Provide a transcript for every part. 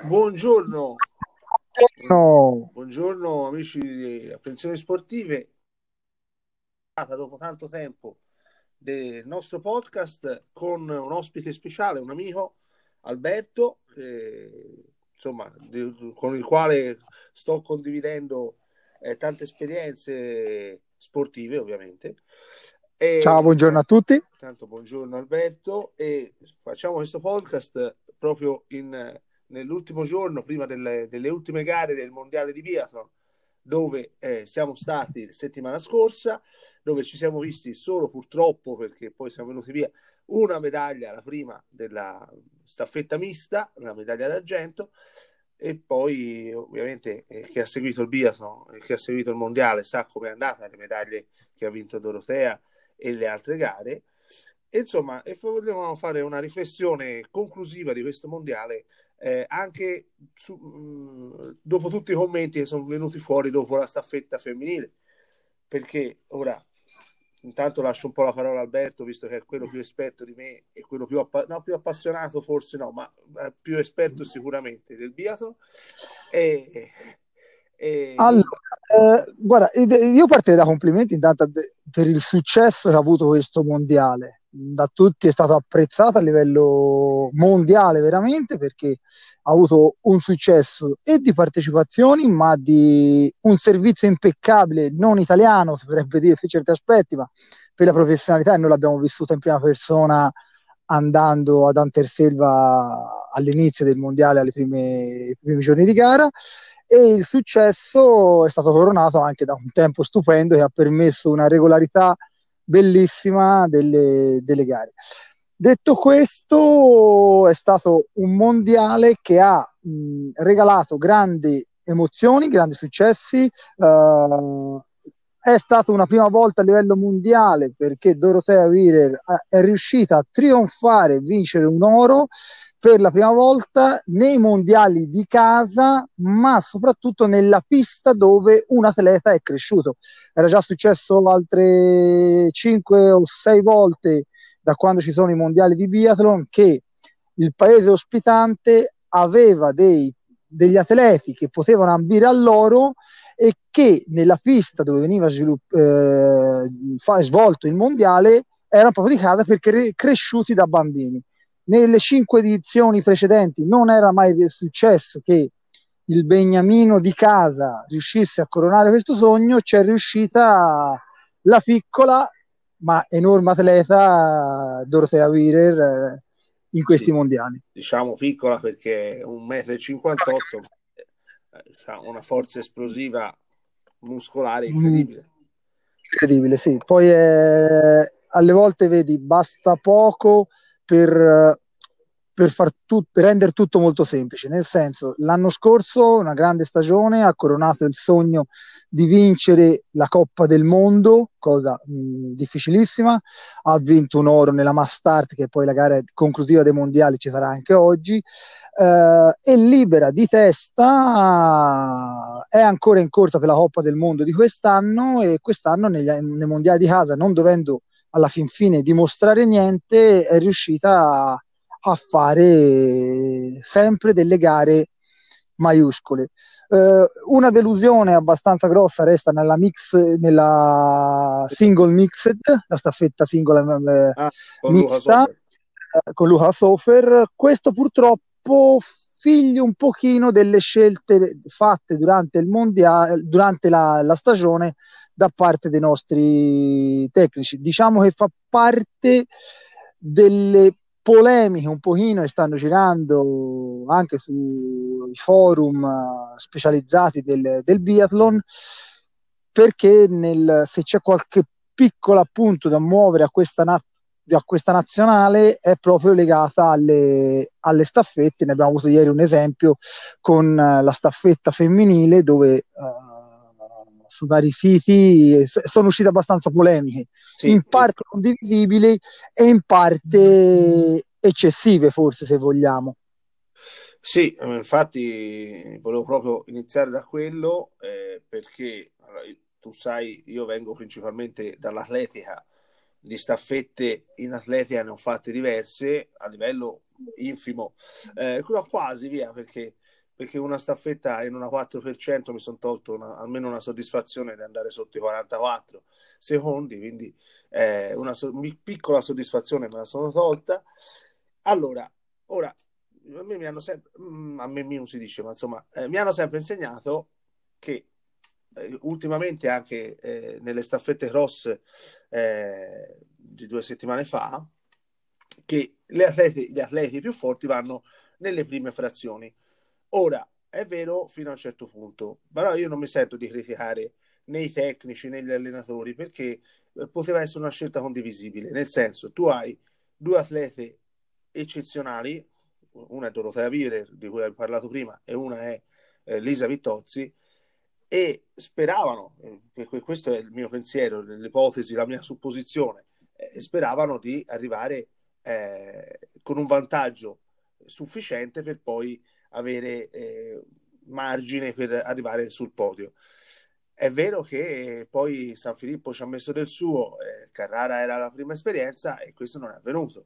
Buongiorno, No, buongiorno amici di Apprensioni Sportive. Dopo tanto tempo del nostro podcast con un ospite speciale, un amico, Alberto, con il quale sto condividendo tante esperienze sportive, ovviamente. ciao, E, buongiorno a tutti. tanto buongiorno Alberto, e facciamo questo podcast proprio nell'ultimo giorno, prima delle ultime gare del Mondiale di Biathlon, dove siamo stati la settimana scorsa, dove ci siamo visti solo purtroppo, perché poi siamo venuti via, una medaglia, la prima della staffetta mista, una medaglia d'argento, e poi ovviamente chi ha seguito il biathlon, chi ha seguito il mondiale sa come è andata, le medaglie che ha vinto Dorotea e le altre gare. E insomma, volevamo fare una riflessione conclusiva di questo mondiale, anche dopo tutti i commenti che sono venuti fuori dopo la staffetta femminile, perché ora intanto lascio un po' la parola a Alberto, visto che è quello più esperto di me e quello più appassionato forse no, ma più esperto sicuramente del biathlon. E, Allora, Dunque, guarda, io partirei da complimenti intanto per il successo che ha avuto questo mondiale. Da tutti è stato apprezzato a livello mondiale veramente perché ha avuto un successo e di partecipazioni, ma di un servizio impeccabile, non italiano, si potrebbe dire per certi aspetti, ma per la professionalità, e noi l'abbiamo vissuta in prima persona andando ad Anterselva all'inizio del mondiale, ai primi giorni di gara, e il successo è stato coronato anche da un tempo stupendo che ha permesso una regolarità bellissima delle gare. Detto questo, è stato un mondiale che ha regalato grandi emozioni, grandi successi. È stata una prima volta a livello mondiale perché Dorothea Virer è riuscita a trionfare e vincere un oro per la prima volta nei mondiali di casa, ma soprattutto nella pista dove un atleta è cresciuto. Era già successo altre 5 o 6 volte da quando ci sono i mondiali di biathlon che il paese ospitante aveva degli atleti che potevano ambire all'oro e che nella pista dove veniva svolto il mondiale erano proprio di casa perché cresciuti da bambini. Nelle 5 edizioni precedenti non era mai successo che il beniamino di casa riuscisse a coronare questo sogno, c'è riuscita la piccola ma enorme atleta Dorothea Virer in questi sì, mondiali. diciamo piccola perché è 1,58 m, ha una forza esplosiva muscolare Mm, incredibile. incredibile, sì. Poi alle volte vedi, basta poco per, per rendere tutto molto semplice. Nel senso, l'anno scorso, una grande stagione, ha coronato il sogno di vincere la Coppa del Mondo, cosa difficilissima. Ha vinto un oro nella Mastart, che è poi la gara conclusiva dei mondiali ci sarà anche oggi. E libera di testa, è ancora in corsa per la Coppa del Mondo di quest'anno e quest'anno nei mondiali di casa, non dovendo alla fin fine dimostrare niente, è riuscita a fare sempre delle gare maiuscole. Una delusione abbastanza grossa resta nella single mixed, la staffetta singola Ah, con Luca mista, Sofer. con Luca Sofer. Questo purtroppo figlio un pochino delle scelte fatte durante il mondiale, durante la stagione da parte dei nostri tecnici. Diciamo che fa parte delle polemiche un pochino che stanno girando anche sui forum specializzati del biathlon, perché se c'è qualche piccolo appunto da muovere a questa nazionale è proprio legata alle staffette. Ne abbiamo avuto ieri un esempio con la staffetta femminile dove su vari siti sono uscite abbastanza polemiche, Sì, in parte condivisibili e in parte eccessive forse se vogliamo. sì, infatti volevo proprio iniziare da quello, perché allora, tu sai, io vengo principalmente dall'atletica, di staffette in atletica ne ho fatte diverse a livello infimo, quasi via, perché una staffetta in una 4% mi sono tolto almeno una soddisfazione di andare sotto i 44 secondi, quindi una piccola soddisfazione me la sono tolta. Allora, ora, a me mi hanno sempre, a me non si dice, ma insomma, mi hanno sempre insegnato che ultimamente anche nelle staffette cross di 2 settimane fa, che gli atleti più forti vanno nelle prime frazioni. Ora, è vero fino a un certo punto, però io non mi sento di criticare né i tecnici né gli allenatori, perché poteva essere una scelta condivisibile, nel senso, tu hai due atlete eccezionali, una è Dorotea Virer, di cui hai parlato prima, e una è Lisa Vittozzi, e speravano, questo è il mio pensiero, l'ipotesi, la mia supposizione, speravano di arrivare con un vantaggio sufficiente per poi avere margine per arrivare sul podio. È vero che poi San Filippo ci ha messo del suo, Carrara era la prima esperienza e questo non è avvenuto.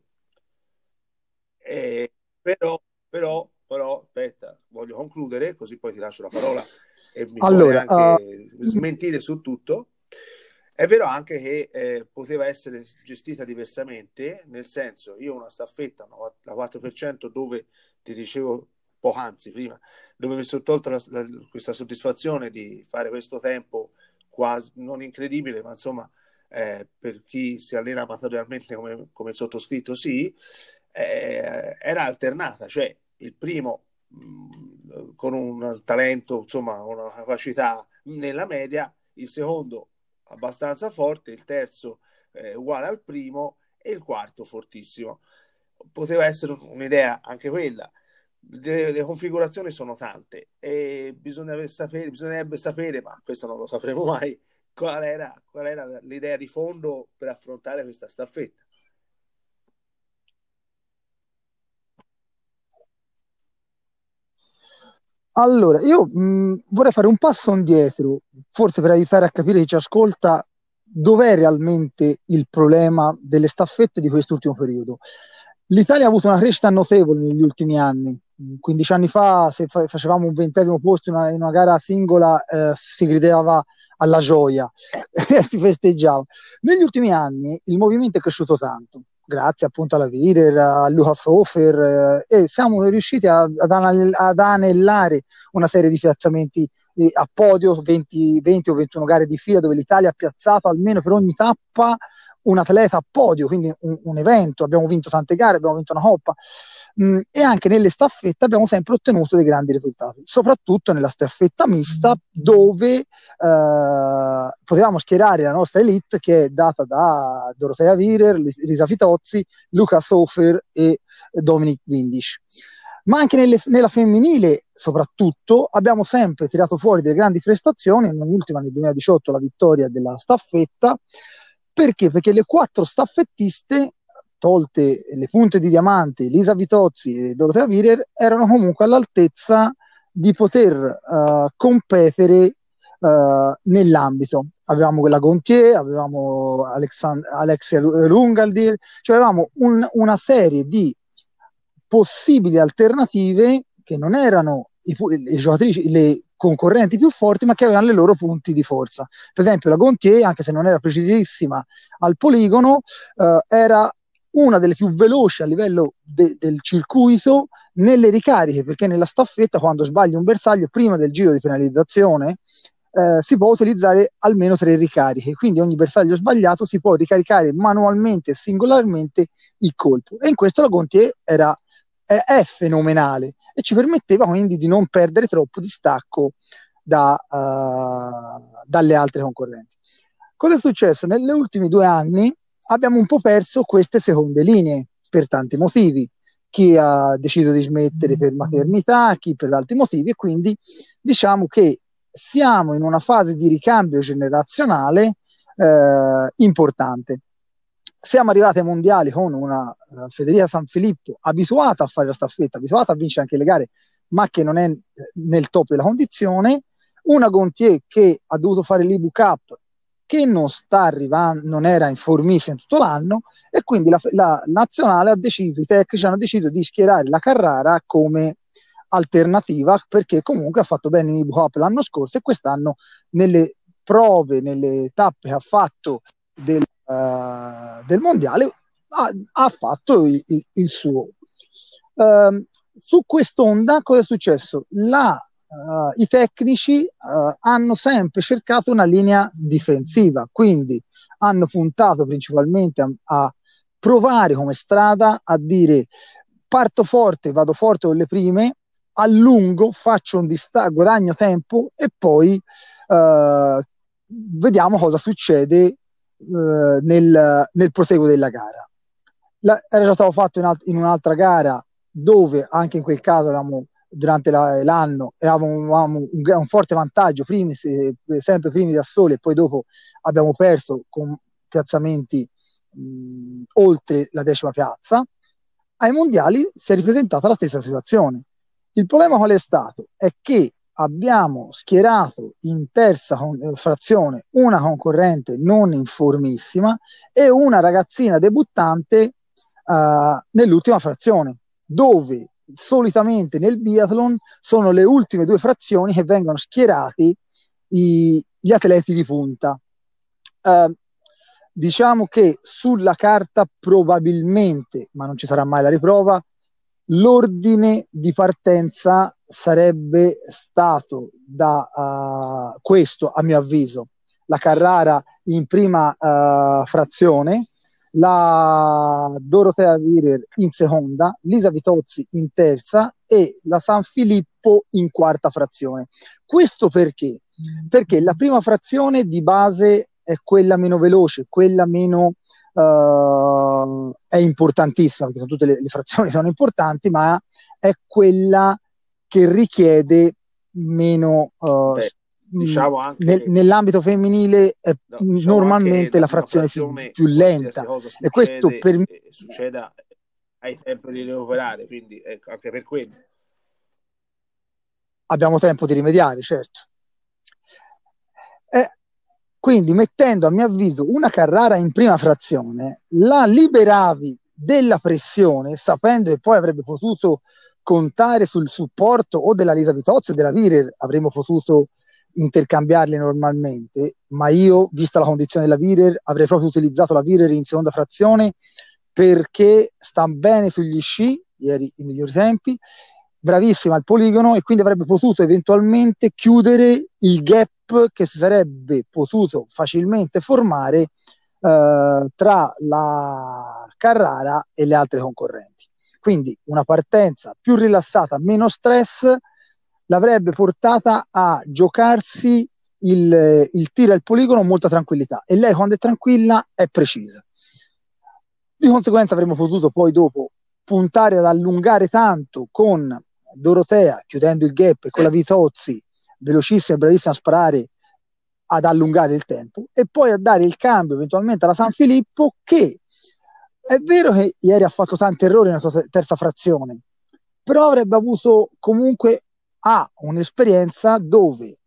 Però, aspetta, voglio concludere, così poi ti lascio la parola e mi puoi Allora, anche smentire su tutto. È vero anche che poteva essere gestita diversamente, nel senso, io ho una staffetta, la 4%, dove ti dicevo poc'anzi prima, dove mi sono tolta questa soddisfazione di fare questo tempo quasi non incredibile, ma insomma, per chi si allena amatorialmente come il sottoscritto, sì, era alternata, cioè il primo con un talento, insomma, una capacità nella media, il secondo abbastanza forte, il terzo uguale al primo e il quarto fortissimo. Poteva essere un'idea anche quella. Le configurazioni sono tante e bisognerebbe sapere, ma questo non lo sapremo mai, qual era l'idea di fondo per affrontare questa staffetta. allora, io vorrei fare un passo indietro, forse per aiutare a capire chi ci ascolta dov'è realmente il problema delle staffette di quest'ultimo periodo. L'Italia ha avuto una crescita notevole negli ultimi anni. 15 anni fa, se facevamo un 20° posto in una gara singola, si gridava alla gioia e si festeggiava. Negli ultimi anni il movimento è cresciuto tanto, grazie appunto alla Virer, a Luca Sofer, e siamo riusciti ad anellare una serie di piazzamenti a podio, 20 o 21 gare di fila, dove l'Italia ha piazzato almeno per ogni tappa un atleta a podio, quindi un evento. Abbiamo vinto tante gare, abbiamo vinto una coppa, e anche nelle staffette abbiamo sempre ottenuto dei grandi risultati, soprattutto nella staffetta mista, dove potevamo schierare la nostra elite, che è data da Dorotea Virer, Lisa Fitozzi, Luca Sofer e Dominic Windisch. Ma anche nella femminile, soprattutto, abbiamo sempre tirato fuori delle grandi prestazioni, nell'ultima nel 2018 la vittoria della staffetta. Perché? Perché le 4 staffettiste, tolte le punte di diamante, Lisa Vitozzi e Dorotea Virer, erano comunque all'altezza di poter competere nell'ambito. Avevamo quella Gontier, avevamo Alexia Lungaldir, cioè avevamo una serie di possibili alternative che non erano le giocatrici, le concorrenti più forti, ma che avevano le loro punti di forza. Per esempio la Gontier, anche se non era precisissima al poligono, era una delle più veloci a livello del circuito nelle ricariche, perché nella staffetta, quando sbagli un bersaglio prima del giro di penalizzazione, si può utilizzare almeno 3 ricariche, quindi ogni bersaglio sbagliato si può ricaricare manualmente e singolarmente il colpo, e in questo la Gontier è fenomenale e ci permetteva quindi di non perdere troppo distacco dalle altre concorrenti. Cosa è successo? Negli ultimi 2 anni abbiamo un po' perso queste seconde linee per tanti motivi. Chi ha deciso di smettere per maternità, chi per altri motivi, e quindi diciamo che siamo in una fase di ricambio generazionale importante. Siamo arrivati ai mondiali con una Federica San Filippo abituata a fare la staffetta, abituata a vincere anche le gare, ma che non è nel top della condizione, una Gontier che ha dovuto fare l'Ibu Cup che non sta arrivando, non era in formissima in tutto l'anno, e quindi la nazionale ha deciso, i tecnici hanno deciso di schierare la Carrara come alternativa, perché comunque ha fatto bene in Ibu Cup l'anno scorso, e quest'anno nelle prove, nelle tappe che ha fatto del mondiale, ha fatto il suo. Su quest'onda cosa è successo? I tecnici hanno sempre cercato una linea difensiva, quindi hanno puntato principalmente a provare come strada a dire: parto forte, vado forte con le prime, allungo, faccio un distacco, guadagno tempo, e poi vediamo cosa succede nel proseguo della gara. Era già stato fatto in un'altra gara, dove anche in quel caso durante l'anno avevamo un forte vantaggio, sempre primi da soli, e poi dopo abbiamo perso con piazzamenti oltre la 10ª piazza. Ai mondiali si è ripresentata la stessa situazione. Il problema qual è stato? È che abbiamo schierato in terza frazione una concorrente non in formissima e una ragazzina debuttante nell'ultima frazione, dove solitamente nel biathlon sono le ultime 2 frazioni che vengono schierati gli atleti di punta. Diciamo che sulla carta probabilmente, ma non ci sarà mai la riprova, l'ordine di partenza sarebbe stato da questo, a mio avviso: la Carrara in prima frazione, la Dorotea Virer in seconda, Lisa Vitozzi in terza e la San Filippo in quarta frazione. Questo perché? Perché la prima frazione di base è quella meno veloce, quella meno è importantissima, perché tutte le frazioni sono importanti, ma è quella che richiede meno diciamo anche nell'ambito femminile è diciamo normalmente la frazione più lenta, cosa e questo per me succeda hai tempo di recuperare, quindi anche per quello abbiamo tempo di rimediare, certo. Quindi, mettendo a mio avviso una Carrara in prima frazione, la liberavi della pressione, sapendo che poi avrebbe potuto contare sul supporto o della Lisa Vitozzi o della Virer, avremmo potuto intercambiarli normalmente, ma io, vista la condizione della Virer, avrei proprio utilizzato la Virer in seconda frazione, perché sta bene sugli sci, ieri i migliori tempi, bravissima al poligono, e quindi avrebbe potuto eventualmente chiudere il gap che si sarebbe potuto facilmente formare tra la Carrara e le altre concorrenti. Quindi una partenza più rilassata, meno stress, l'avrebbe portata a giocarsi il tiro al poligono con molta tranquillità, e lei, quando è tranquilla, è precisa. Di conseguenza avremmo potuto poi dopo puntare ad allungare tanto con Dorotea, chiudendo il gap, e con la Vitozzi, velocissima e bravissima a sparare, ad allungare il tempo, e poi a dare il cambio eventualmente alla San Filippo, che è vero che ieri ha fatto tanti errori nella sua terza frazione, però avrebbe avuto comunque un'esperienza dove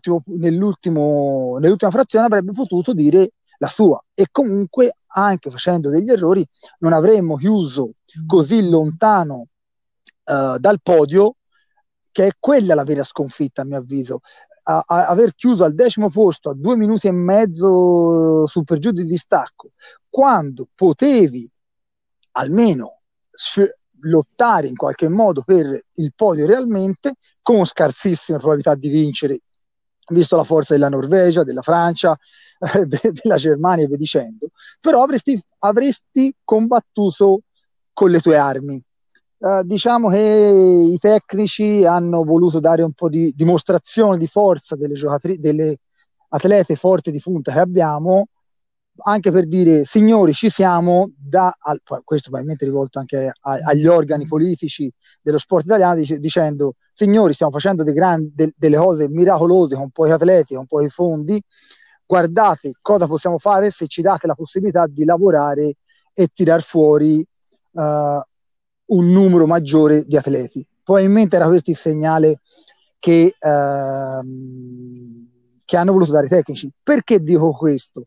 nell'ultima frazione avrebbe potuto dire la sua, e comunque anche facendo degli errori non avremmo chiuso così lontano dal podio, che è quella la vera sconfitta, a mio avviso. Aver chiuso al 10° posto a 2 minuti e mezzo su per giù di distacco, quando potevi almeno lottare in qualche modo per il podio realmente, con scarsissime probabilità di vincere, visto la forza della Norvegia, della Francia, della Germania e via dicendo, però avresti combattuto con le tue armi. Diciamo che i tecnici hanno voluto dare un po' di dimostrazione di forza delle atlete forti di punta che abbiamo, anche per dire: signori, ci siamo, questo probabilmente rivolto anche agli organi politici dello sport italiano, dicendo: signori, stiamo facendo delle cose miracolose con pochi atleti, con pochi fondi, guardate cosa possiamo fare se ci date la possibilità di lavorare e tirar fuori un numero maggiore di atleti. Probabilmente era questo il segnale che che hanno voluto dare i tecnici. Perché dico questo?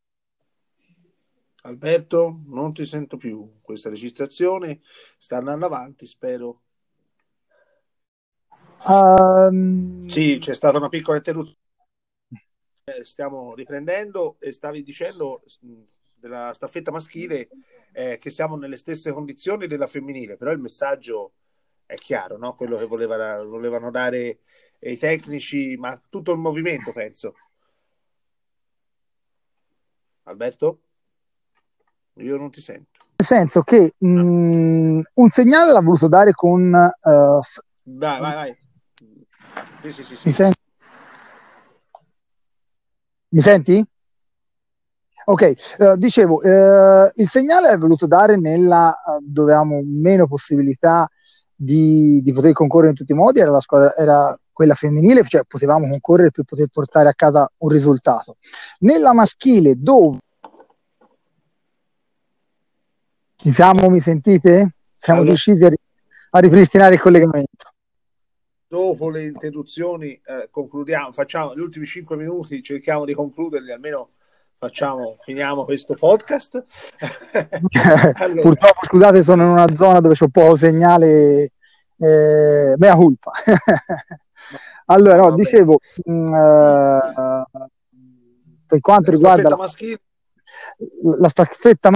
Alberto, non ti sento più. Questa registrazione sta andando avanti, spero. Sì, c'è stata una piccola interruzione. Stiamo riprendendo e stavi dicendo della staffetta maschile che siamo nelle stesse condizioni della femminile, però il messaggio è chiaro, no? Quello che volevano dare i tecnici, ma tutto il movimento, penso. Alberto? Io non ti sento. Nel senso che un segnale l'ha voluto dare con... Vai. Sì. Mi senti? Ok, dicevo, il segnale è voluto dare nella dove avevamo meno possibilità di poter concorrere in tutti i modi, era la squadra, era quella femminile, cioè potevamo concorrere per poter portare a casa un risultato. Nella maschile, dove mi sentite? Siamo riusciti a ripristinare il collegamento. Dopo le interruzioni concludiamo, facciamo gli ultimi 5 minuti, cerchiamo di concluderli, almeno finiamo questo podcast. Allora. Purtroppo, scusate, sono in una zona dove c'è poco segnale, mea culpa. Allora, no, dicevo, per quanto riguarda la staffetta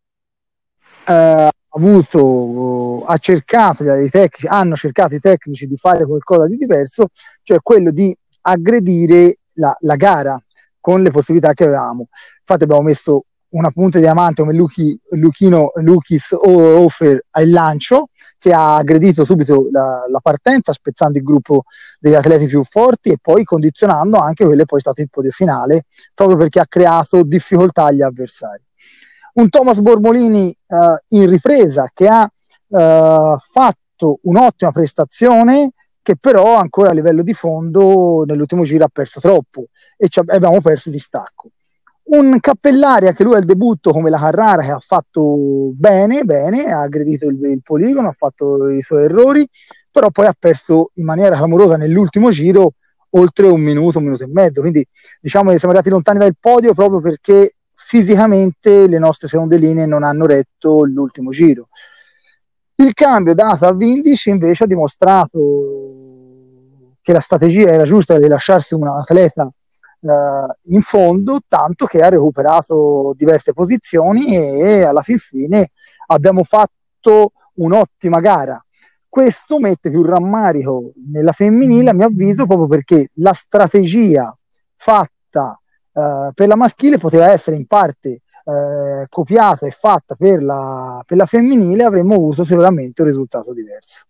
hanno cercato i tecnici di fare qualcosa di diverso, cioè quello di aggredire la gara con le possibilità che avevamo. Infatti abbiamo messo una punta di diamante come Lukis Hofer al lancio, che ha aggredito subito la partenza, spezzando il gruppo degli atleti più forti e poi condizionando anche quello che poi è stato il podio finale, proprio perché ha creato difficoltà agli avversari. Un Thomas Bormolini in ripresa che ha fatto un'ottima prestazione, che però ancora a livello di fondo nell'ultimo giro ha perso troppo e abbiamo perso distacco. Un Cappellari, anche lui al debutto come la Carrara, che ha fatto bene, ha aggredito il poligono, ha fatto i suoi errori, però poi ha perso in maniera clamorosa nell'ultimo giro oltre un minuto e mezzo, quindi diciamo che siamo arrivati lontani dal podio proprio perché fisicamente le nostre seconde linee non hanno retto l'ultimo giro. Il cambio dato a Vindici invece ha dimostrato che la strategia era giusta di lasciarsi un atleta in fondo, tanto che ha recuperato diverse posizioni e alla fine abbiamo fatto un'ottima gara. Questo mette più rammarico nella femminile, a mio avviso, proprio perché la strategia fatta per la maschile poteva essere in parte copiata e fatta per la femminile, avremmo avuto sicuramente un risultato diverso.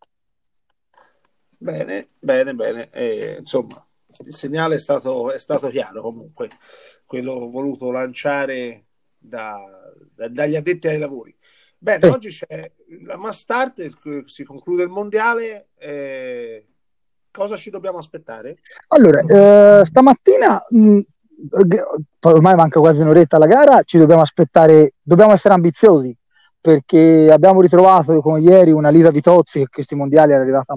Bene. Insomma, il segnale è stato chiaro comunque, quello voluto lanciare dagli addetti ai lavori. Bene, oggi c'è la mass start, si conclude il mondiale. Cosa ci dobbiamo aspettare? Allora, stamattina ormai manca quasi un'oretta alla gara, ci dobbiamo aspettare, dobbiamo essere ambiziosi, perché abbiamo ritrovato come ieri una Lisa Vitozzi che questi mondiali era arrivata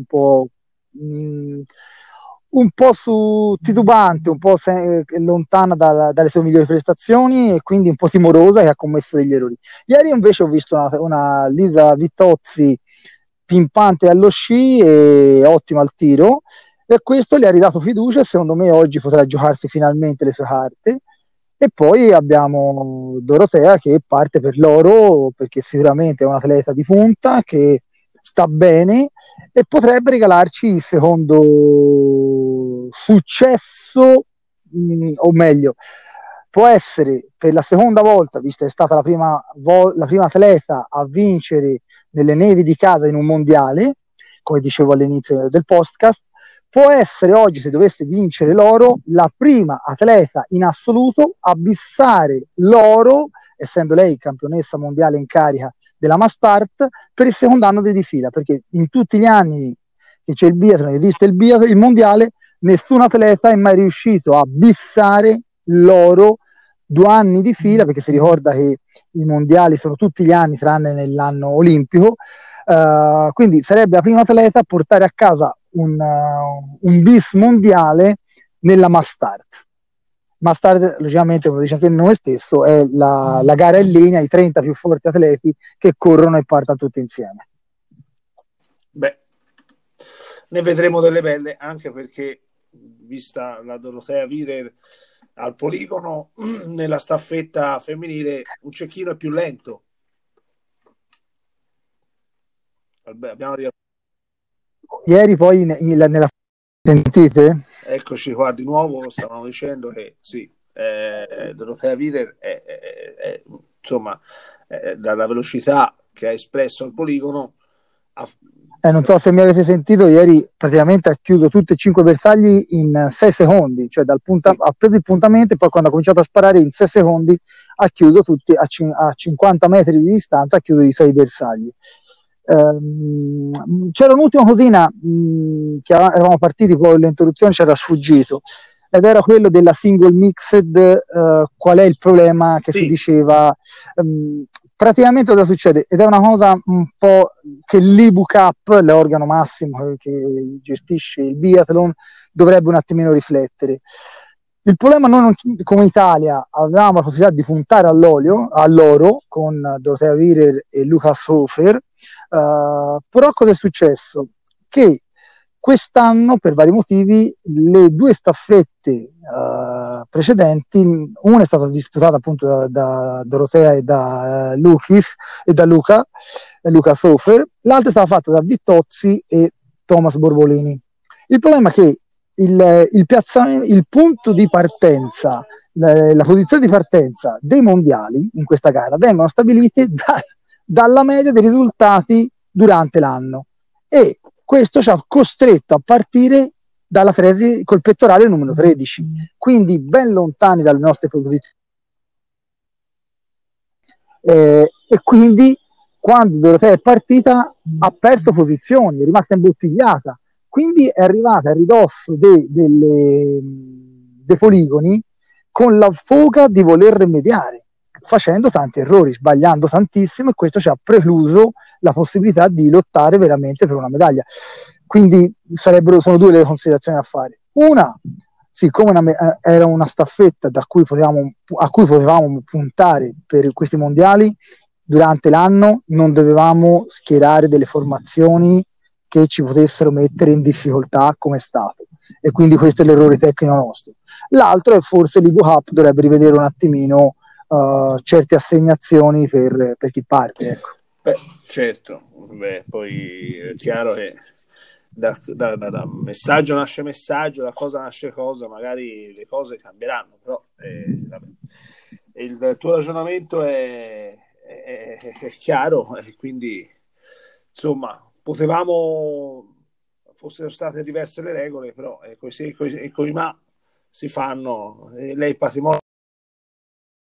un po' titubante, un po' lontana dalle sue migliori prestazioni e quindi un po' timorosa, che ha commesso degli errori. Ieri invece ho visto una Lisa Vitozzi pimpante allo sci e ottima al tiro, e questo le ha ridato fiducia e secondo me oggi potrà giocarsi finalmente le sue carte. E poi abbiamo Dorotea che parte per l'oro, perché sicuramente è un atleta di punta che sta bene e potrebbe regalarci il secondo successo, o meglio, può essere per la seconda volta, visto che è stata la prima atleta a vincere nelle nevi di casa in un mondiale, come dicevo all'inizio del podcast, può essere oggi, se dovesse vincere l'oro, la prima atleta in assoluto a bissare l'oro, essendo lei campionessa mondiale in carica della Mastart, per il secondo anno di fila, perché in tutti gli anni che c'è il biathlon, esiste il mondiale, nessun atleta è mai riuscito a bissare l'oro 2 anni di fila, perché si ricorda che i mondiali sono tutti gli anni tranne nell'anno olimpico, quindi sarebbe la prima atleta a portare a casa un bis mondiale nella Mastart. Mastart, logicamente, come dice anche il nome stesso, è la gara in linea, i 30 più forti atleti che corrono e partono tutti insieme. Beh, ne vedremo delle belle, anche perché, vista la Dorotea Virer al poligono, nella staffetta femminile un cecchino è più lento. Abbiamo Ieri poi nella sentite? Eccoci qua di nuovo, stavamo dicendo che sì, Dorotea Virer insomma, dalla velocità che ha espresso al poligono Non so se mi avete sentito, ieri praticamente ha chiuso tutti e 5 bersagli in 6 secondi, cioè ha preso il puntamento e poi quando ha cominciato a sparare in 6 secondi ha chiuso tutti a 50 metri di distanza, ha chiuso i 6 bersagli. C'era un'ultima cosina che eravamo partiti, poi l'interruzione c'era sfuggito, ed era quello della single mixed. Qual è il problema che si diceva? Praticamente cosa succede? Ed è una cosa un po' che l'Ibu Cup, l'organo massimo che gestisce il biathlon, dovrebbe un attimino riflettere. Il problema, noi come Italia avevamo la possibilità di puntare all'oro con Dorotea Virer e Lucas Hofer, però cosa è successo? Che quest'anno, per vari motivi, le due staffette precedenti, una è stata disputata appunto da Dorotea e da Lucas Hofer, l'altra è stata fatta da Vittozzi e Thomas Borbolini. Il problema è che il punto di partenza, la posizione di partenza dei mondiali in questa gara vengono stabilite dalla media dei risultati durante l'anno, e questo ci ha costretto a partire col pettorale numero 13, quindi ben lontani dalle nostre posizioni. E quindi quando Dorotea è partita ha perso posizioni, è rimasta imbottigliata, quindi è arrivata a ridosso dei poligoni con la foga di voler rimediare, facendo tanti errori, sbagliando tantissimo, e questo ci ha precluso la possibilità di lottare veramente per una medaglia. Quindi sono due le considerazioni da fare. Una, siccome era una staffetta a cui potevamo puntare per questi mondiali, durante l'anno non dovevamo schierare delle formazioni che ci potessero mettere in difficoltà, come è stato, e quindi questo è l'errore tecnico nostro. L'altro è forse l'Ibu Cup dovrebbe rivedere un attimino certe assegnazioni per chi parte, ecco. Beh, certo, poi è chiaro che da messaggio nasce messaggio, da cosa nasce cosa, magari le cose cambieranno, però il tuo ragionamento è chiaro, e quindi insomma fossero state diverse le regole, però coi ma si fanno, lei patrimonio